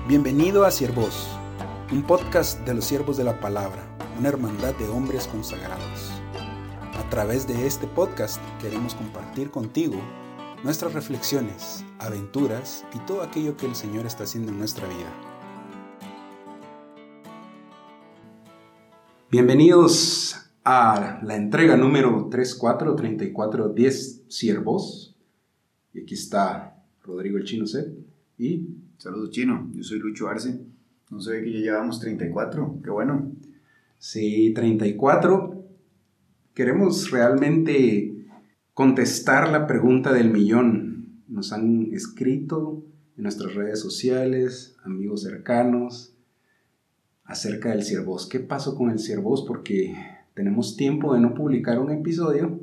Bienvenido a Siervos, un podcast de los siervos de la palabra, una hermandad de hombres consagrados. A través de este podcast queremos compartir contigo nuestras reflexiones, aventuras y todo aquello que el Señor está haciendo en nuestra vida. Bienvenidos a la entrega número 3410 Siervos. Y aquí está Rodrigo el Chino Set y... Saludos, Chino. Yo soy Lucho Arce. No sé que ya llevamos 34. Qué bueno. Sí, 34. Queremos realmente contestar la pregunta del millón. Nos han escrito en nuestras redes sociales, amigos cercanos, acerca del Siervos. ¿Qué pasó con el Siervos? Porque tenemos tiempo de no publicar un episodio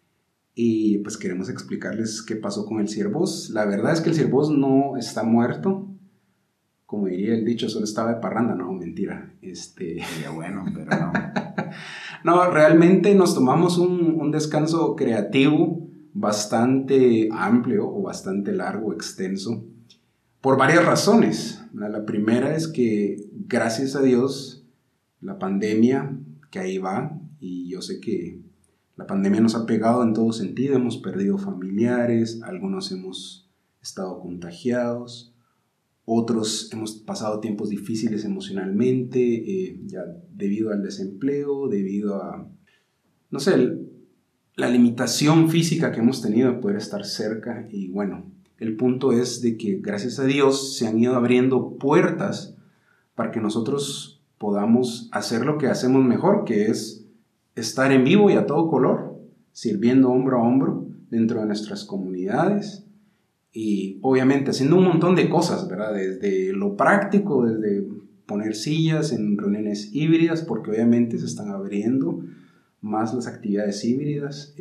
y pues queremos explicarles qué pasó con el Siervos. La verdad es que el Siervos no está muerto. Como diría el dicho, solo estaba de parranda. No, mentira. Sería bueno, pero no. No, realmente nos tomamos un descanso creativo bastante amplio o bastante largo, extenso, por varias razones. La primera es que, gracias a Dios, la pandemia, que ahí va, y yo sé que la pandemia nos ha pegado en todo sentido, hemos perdido familiares, algunos hemos estado contagiados, otros hemos pasado tiempos difíciles emocionalmente, ya debido al desempleo, debido a, no sé, la limitación física que hemos tenido de poder estar cerca. Y bueno, el punto es de que gracias a Dios se han ido abriendo puertas para que nosotros podamos hacer lo que hacemos mejor, que es estar en vivo y a todo color, sirviendo hombro a hombro dentro de nuestras comunidades y obviamente haciendo un montón de cosas, ¿verdad? Desde lo práctico, desde poner sillas en reuniones híbridas, porque obviamente se están abriendo más las actividades híbridas,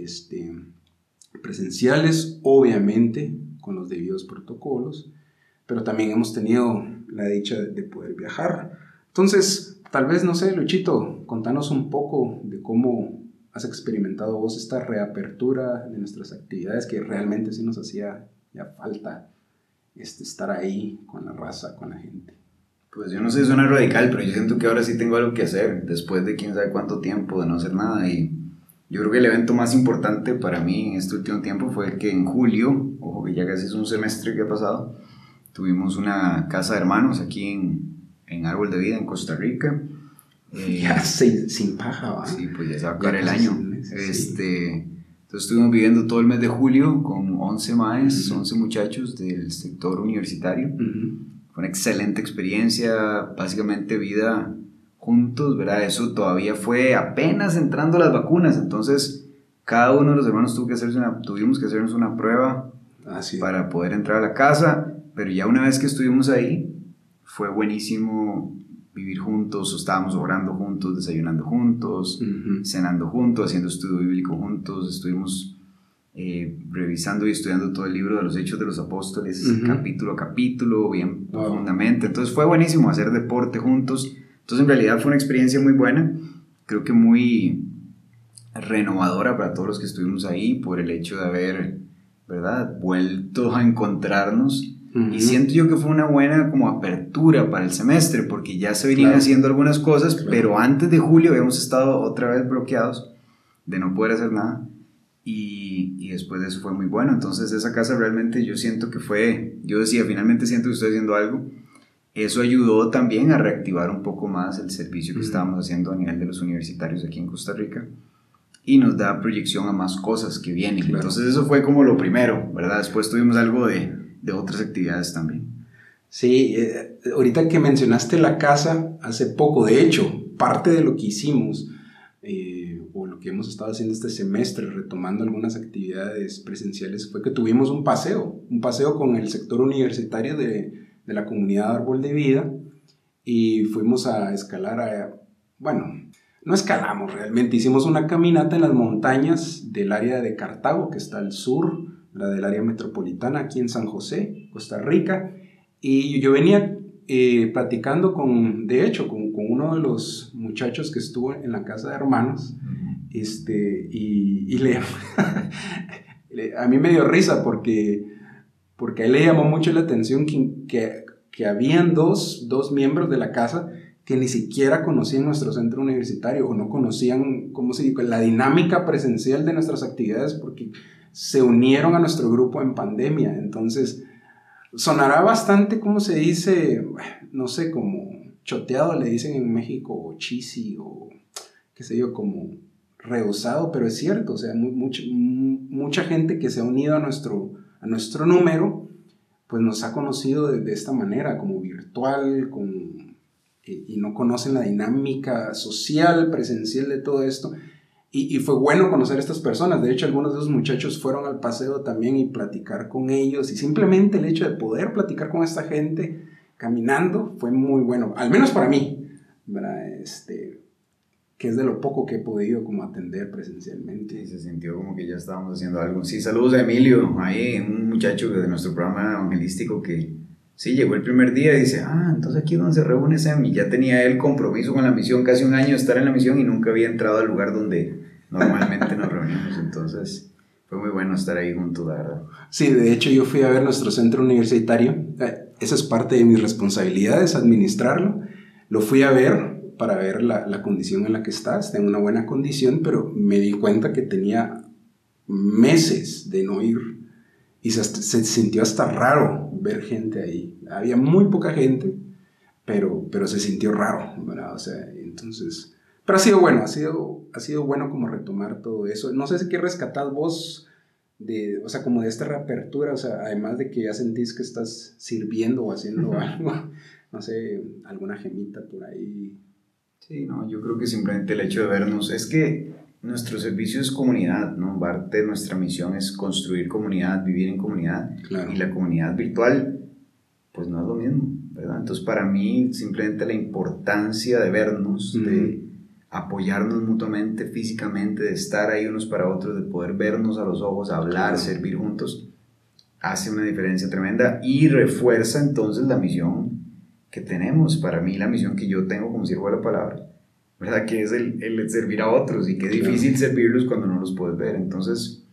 presenciales, obviamente con los debidos protocolos, pero también hemos tenido la dicha de poder viajar. Entonces, tal vez, no sé, Luchito, contanos un poco de cómo has experimentado vos esta reapertura de nuestras actividades, que realmente sí nos hacía ya falta estar ahí con la raza, con la gente. Pues yo no sé, suena radical, pero yo siento que ahora sí tengo algo que hacer, después de quién sabe cuánto tiempo de no hacer nada. Y yo creo que el evento más importante para mí en este último tiempo fue que en julio, ojo que ya casi es un semestre que ha pasado, tuvimos una casa de hermanos aquí en Árbol de Vida, en Costa Rica. Ya sin paja, ¿va? Sí, pues ya se va a acabar el año. Sí. Entonces estuvimos viviendo todo el mes de julio con 11 maes, 11 muchachos del sector universitario. Fue una excelente experiencia, básicamente vida juntos, ¿verdad? Eso todavía fue apenas entrando las vacunas, entonces cada uno de los hermanos tuvimos que hacernos una prueba para poder entrar a la casa, pero ya una vez que estuvimos ahí, fue buenísimo vivir juntos, estábamos orando juntos, desayunando juntos, cenando juntos, haciendo estudio bíblico juntos, estuvimos revisando y estudiando todo el libro de los Hechos de los Apóstoles, capítulo a capítulo, bien profundamente. Entonces fue buenísimo hacer deporte juntos. Entonces en realidad fue una experiencia muy buena, creo que muy renovadora para todos los que estuvimos ahí por el hecho de haber, ¿verdad?, vuelto a encontrarnos. Y siento yo que fue una buena como apertura para el semestre, porque ya se venían haciendo algunas cosas, pero antes de julio habíamos estado otra vez bloqueados de no poder hacer nada, y después de eso fue muy bueno. Entonces esa casa realmente yo siento que fue, yo decía, finalmente siento que estoy haciendo algo. Eso ayudó también a reactivar un poco más el servicio que estábamos haciendo a nivel de los universitarios aquí en Costa Rica, y nos da proyección a más cosas que vienen. Entonces eso fue como lo primero, ¿verdad? Después tuvimos algo de otras actividades también. Sí, ahorita que mencionaste la casa, hace poco, de hecho, parte de lo que hicimos, o lo que hemos estado haciendo este semestre, retomando algunas actividades presenciales, fue que tuvimos un paseo con el sector universitario de la comunidad Árbol de Vida, y fuimos a escalar, no escalamos realmente, hicimos una caminata en las montañas del área de Cartago, que está al sur, la del área metropolitana, aquí en San José, Costa Rica, y yo venía platicando de hecho, con uno de los muchachos que estuvo en la casa de hermanos, y a mí me dio risa porque a él le llamó mucho la atención que que habían dos miembros de la casa que ni siquiera conocían nuestro centro universitario o no conocían, ¿cómo se dice?, la dinámica presencial de nuestras actividades porque se unieron a nuestro grupo en pandemia. Entonces, sonará bastante, ¿cómo se dice?, no sé, como choteado le dicen en México, o cheesy, o qué sé yo, como rehusado, pero es cierto, o sea, mucha gente que se ha unido a nuestro número, pues nos ha conocido de esta manera, como virtual, y no conocen la dinámica social, presencial de todo esto. Y fue bueno conocer a estas personas. De hecho, algunos de esos muchachos fueron al paseo también y platicar con ellos. Y simplemente el hecho de poder platicar con esta gente caminando fue muy bueno. Al menos para mí, ¿verdad? Que es de lo poco que he podido como atender presencialmente. Sí, se sintió como que ya estábamos haciendo algo. Sí, saludos a Emilio, ahí un muchacho de nuestro programa evangelístico que sí, llegó el primer día y dice, entonces aquí es donde se reúne Sam, y ya tenía él compromiso con la misión, casi un año de estar en la misión y nunca había entrado al lugar donde normalmente nos reunimos, entonces fue muy bueno estar ahí juntos, la verdad. Sí, de hecho yo fui a ver nuestro centro universitario, esa es parte de mis responsabilidades, administrarlo, lo fui a ver para ver la condición en la que está en una buena condición, pero me di cuenta que tenía meses de no ir y se sintió hasta raro ver gente ahí. Había muy poca gente, pero se sintió raro, ¿verdad? O sea, entonces, pero ha sido bueno, ha sido bueno como retomar todo eso. No sé si qué rescatás vos o sea, como de esta reapertura, o sea, además de que ya sentís que estás sirviendo o haciendo algo, no sé, alguna gemita por ahí. Sí, no, yo creo que simplemente el hecho de vernos, es que nuestro servicio es comunidad, ¿no? Parte de nuestra misión es construir comunidad, vivir en comunidad, Claro. Y la comunidad virtual, pues no es lo mismo, ¿verdad? Entonces para mí simplemente la importancia de vernos, de apoyarnos mutuamente, físicamente, de estar ahí unos para otros, de poder vernos a los ojos, hablar, servir juntos, hace una diferencia tremenda y refuerza entonces la misión que tenemos. Para mí la misión que yo tengo como siervo de la palabra, ¿verdad? Que es el servir a otros, y qué difícil servirlos cuando no los puedes ver. Entonces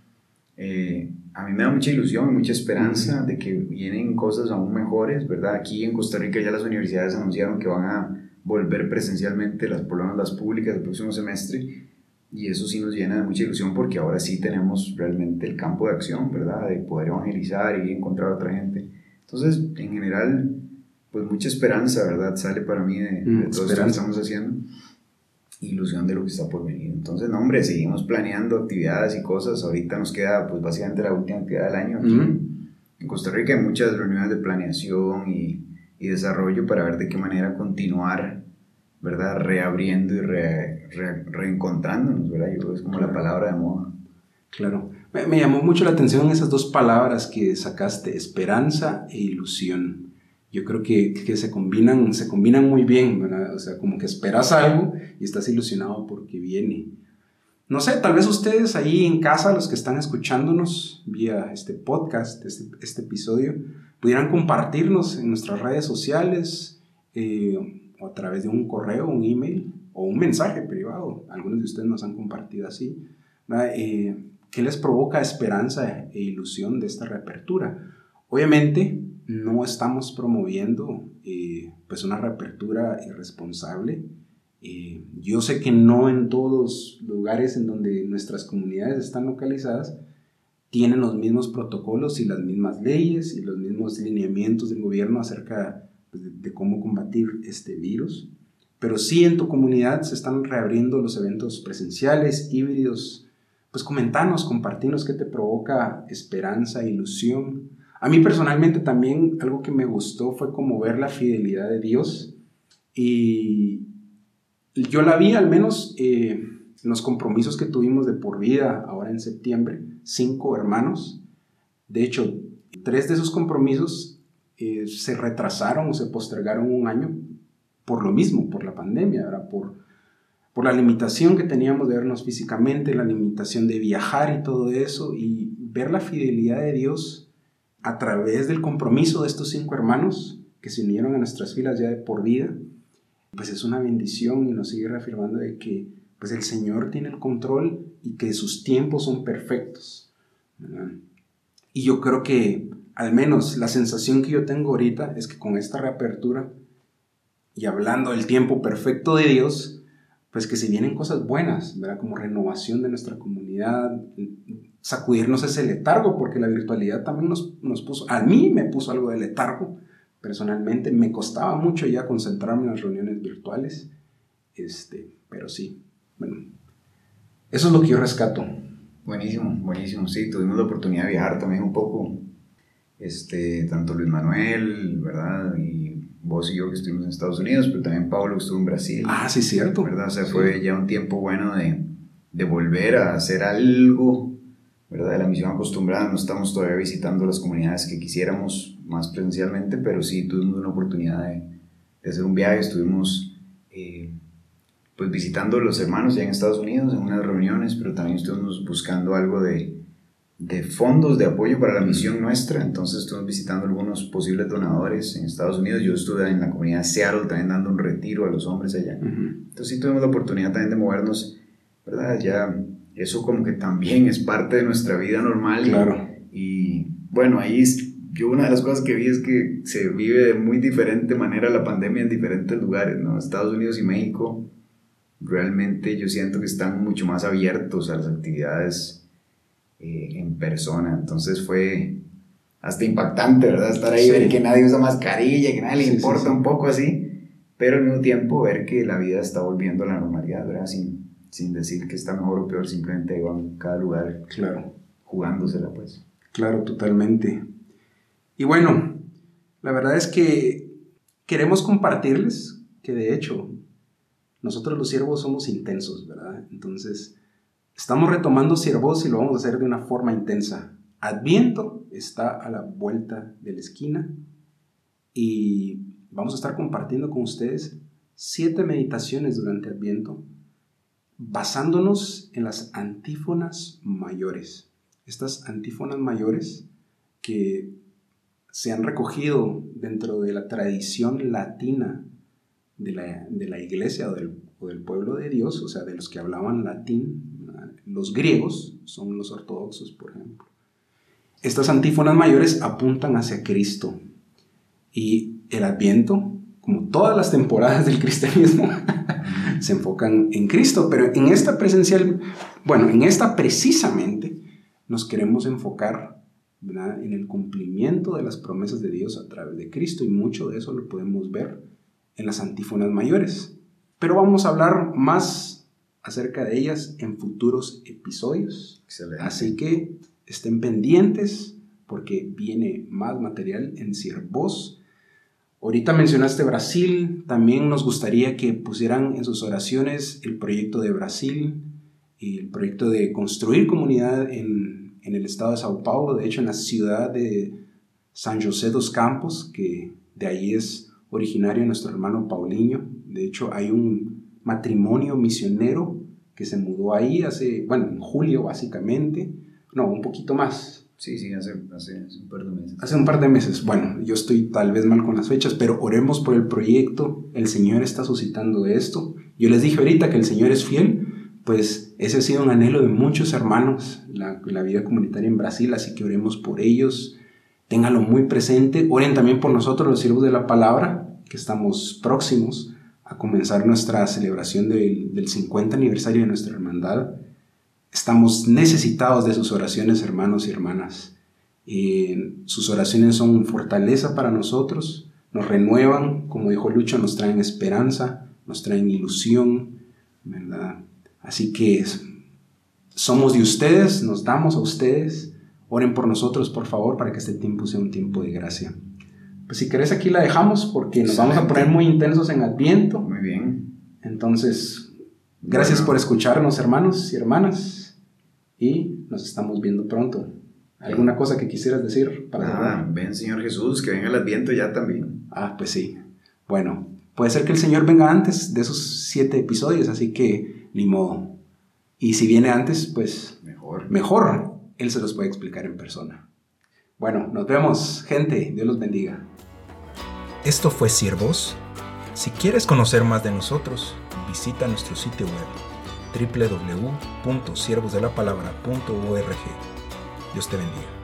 a mí me da mucha ilusión y mucha esperanza de que vienen cosas aún mejores, ¿verdad? Aquí en Costa Rica ya las universidades anunciaron que van a volver presencialmente, por lo menos las públicas, el próximo semestre, y eso sí nos llena de mucha ilusión porque ahora sí tenemos realmente el campo de acción, ¿verdad? De poder evangelizar y encontrar a otra gente. Entonces, en general, pues mucha esperanza, ¿verdad? Sale para mí de todo esto que estamos haciendo. Ilusión de lo que está por venir. Entonces, no, hombre, seguimos planeando actividades y cosas. Ahorita nos queda, pues, básicamente la última actividad del año aquí. En Costa Rica hay muchas reuniones de planeación y desarrollo para ver de qué manera continuar, ¿verdad? Reabriendo y reencontrándonos, ¿verdad? Yo creo que es como la palabra de moda. Claro. Me llamó mucho la atención esas dos palabras que sacaste, esperanza e ilusión. Yo creo que se combinan muy bien, ¿verdad? O sea, como que esperas algo y estás ilusionado porque viene. No sé, tal vez ustedes ahí en casa, los que están escuchándonos vía este podcast, este episodio, pudieran compartirnos en nuestras redes sociales o a través de un correo, un email o un mensaje privado. Algunos de ustedes nos han compartido así, ¿verdad? ¿Qué les provoca esperanza e ilusión de esta reapertura? Obviamente no estamos promoviendo pues una reapertura irresponsable. Yo sé que no en todos los lugares en donde nuestras comunidades están localizadas tienen los mismos protocolos y las mismas leyes y los mismos lineamientos del gobierno acerca de cómo combatir este virus, pero sí en tu comunidad se están reabriendo los eventos presenciales, híbridos. Pues comentanos, compartinos qué te provoca esperanza, ilusión. A mí personalmente también algo que me gustó fue como ver la fidelidad de Dios, y yo la vi al menos en los compromisos que tuvimos de por vida ahora en septiembre, 5 hermanos. De hecho, 3 de esos compromisos se retrasaron o se postergaron un año por lo mismo, por la pandemia, ¿verdad? Por la limitación que teníamos de vernos físicamente, la limitación de viajar y todo eso, y ver la fidelidad de Dios a través del compromiso de estos 5 hermanos que se unieron a nuestras filas ya de por vida, pues es una bendición y nos sigue reafirmando de que pues el Señor tiene el control y que sus tiempos son perfectos, ¿verdad? Y yo creo que al menos la sensación que yo tengo ahorita es que con esta reapertura y hablando del tiempo perfecto de Dios, pues que se vienen cosas buenas, ¿verdad? Como renovación de nuestra comunidad, sacudirnos ese letargo, porque la virtualidad también nos puso, a mí me puso algo de letargo, personalmente, me costaba mucho ya concentrarme en las reuniones virtuales, pero sí, bueno, eso es lo que yo rescato. Buenísimo, buenísimo, sí, tuvimos la oportunidad de viajar también un poco, tanto Luis Manuel, ¿verdad? Y vos y yo que estuvimos en Estados Unidos, pero también Pablo que estuvo en Brasil. Ah, sí, cierto. ¿Verdad? O sea, fue ya un tiempo bueno de volver a hacer algo, ¿verdad? De la misión acostumbrada. No estamos todavía visitando las comunidades que quisiéramos más presencialmente, pero sí tuvimos una oportunidad de hacer un viaje. Estuvimos pues visitando a los hermanos ya en Estados Unidos en unas reuniones, pero también estuvimos buscando algo de fondos de apoyo para la misión nuestra. Entonces estuvimos visitando algunos posibles donadores en Estados Unidos. Yo estuve en la comunidad de Seattle también dando un retiro a los hombres allá. Entonces sí tuvimos la oportunidad también de movernos, ¿verdad? Ya eso como que también es parte de nuestra vida normal. Claro. Y bueno, ahí yo una de las cosas que vi es que se vive de muy diferente manera la pandemia en diferentes lugares, ¿no? Estados Unidos y México realmente yo siento que están mucho más abiertos a las actividades en persona. Entonces fue hasta impactante, ¿verdad? Estar ahí, sí. Ver que nadie usa mascarilla, que nadie le importa un poco así, pero al mismo tiempo ver que la vida está volviendo a la normalidad, ¿verdad? Sin decir que está mejor o peor, simplemente van a cada lugar, claro, jugándosela, pues. Claro, totalmente. Y bueno, la verdad es que queremos compartirles que de hecho nosotros los siervos somos intensos, ¿verdad? Entonces estamos retomando Siervos y lo vamos a hacer de una forma intensa. Adviento está a la vuelta de la esquina y vamos a estar compartiendo con ustedes 7 meditaciones durante Adviento basándonos en las antífonas mayores. Estas antífonas mayores que se han recogido dentro de la tradición latina de la iglesia o del pueblo de Dios, o sea, de los que hablaban latín. Los griegos son los ortodoxos, por ejemplo. Estas antífonas mayores apuntan hacia Cristo. Y el Adviento, como todas las temporadas del cristianismo, se enfocan en Cristo. Pero en esta precisamente nos queremos enfocar, ¿verdad?, en el cumplimiento de las promesas de Dios a través de Cristo. Y mucho de eso lo podemos ver en las antífonas mayores. Pero vamos a hablar más acerca de ellas en futuros episodios. Excelente. Así que estén pendientes porque viene más material en Siervos. Ahorita mencionaste Brasil, también nos gustaría que pusieran en sus oraciones el proyecto de Brasil y el proyecto de construir comunidad en el estado de Sao Paulo, de hecho en la ciudad de San José dos Campos, que de ahí es originario nuestro hermano Paulinho. De hecho hay un matrimonio misionero que se mudó ahí en julio básicamente, no, un poquito más. Sí, hace un par de meses. Hace un par de meses, bueno, yo estoy tal vez mal con las fechas, pero oremos por el proyecto, el Señor está suscitando esto. Yo les dije ahorita que el Señor es fiel, pues ese ha sido un anhelo de muchos hermanos, la vida comunitaria en Brasil, así que oremos por ellos, ténganlo muy presente, oren también por nosotros los siervos de la palabra, que estamos próximos a comenzar nuestra celebración del 50 aniversario de nuestra hermandad. Estamos necesitados de sus oraciones, hermanos y hermanas. Sus oraciones son fortaleza para nosotros, nos renuevan, como dijo Lucho, nos traen esperanza, nos traen ilusión, ¿verdad? Así que somos de ustedes, nos damos a ustedes. Oren por nosotros, por favor, para que este tiempo sea un tiempo de gracia. Pues si querés aquí la dejamos porque nos vamos a poner muy intensos en Adviento. Muy bien. Entonces, gracias por escucharnos, hermanos y hermanas, y nos estamos viendo pronto. ¿Alguna cosa que quisieras decir para cerrar? Ven Señor Jesús, que venga el Adviento ya también. Pues sí. Bueno, puede ser que el Señor venga antes de esos 7 episodios, así que ni modo. Y si viene antes, pues mejor. Él se los puede explicar en persona. Bueno, nos vemos, gente. Dios los bendiga. Esto fue Siervos. Si quieres conocer más de nosotros, visita nuestro sitio web www.siervosdelapalabra.org. Dios te bendiga.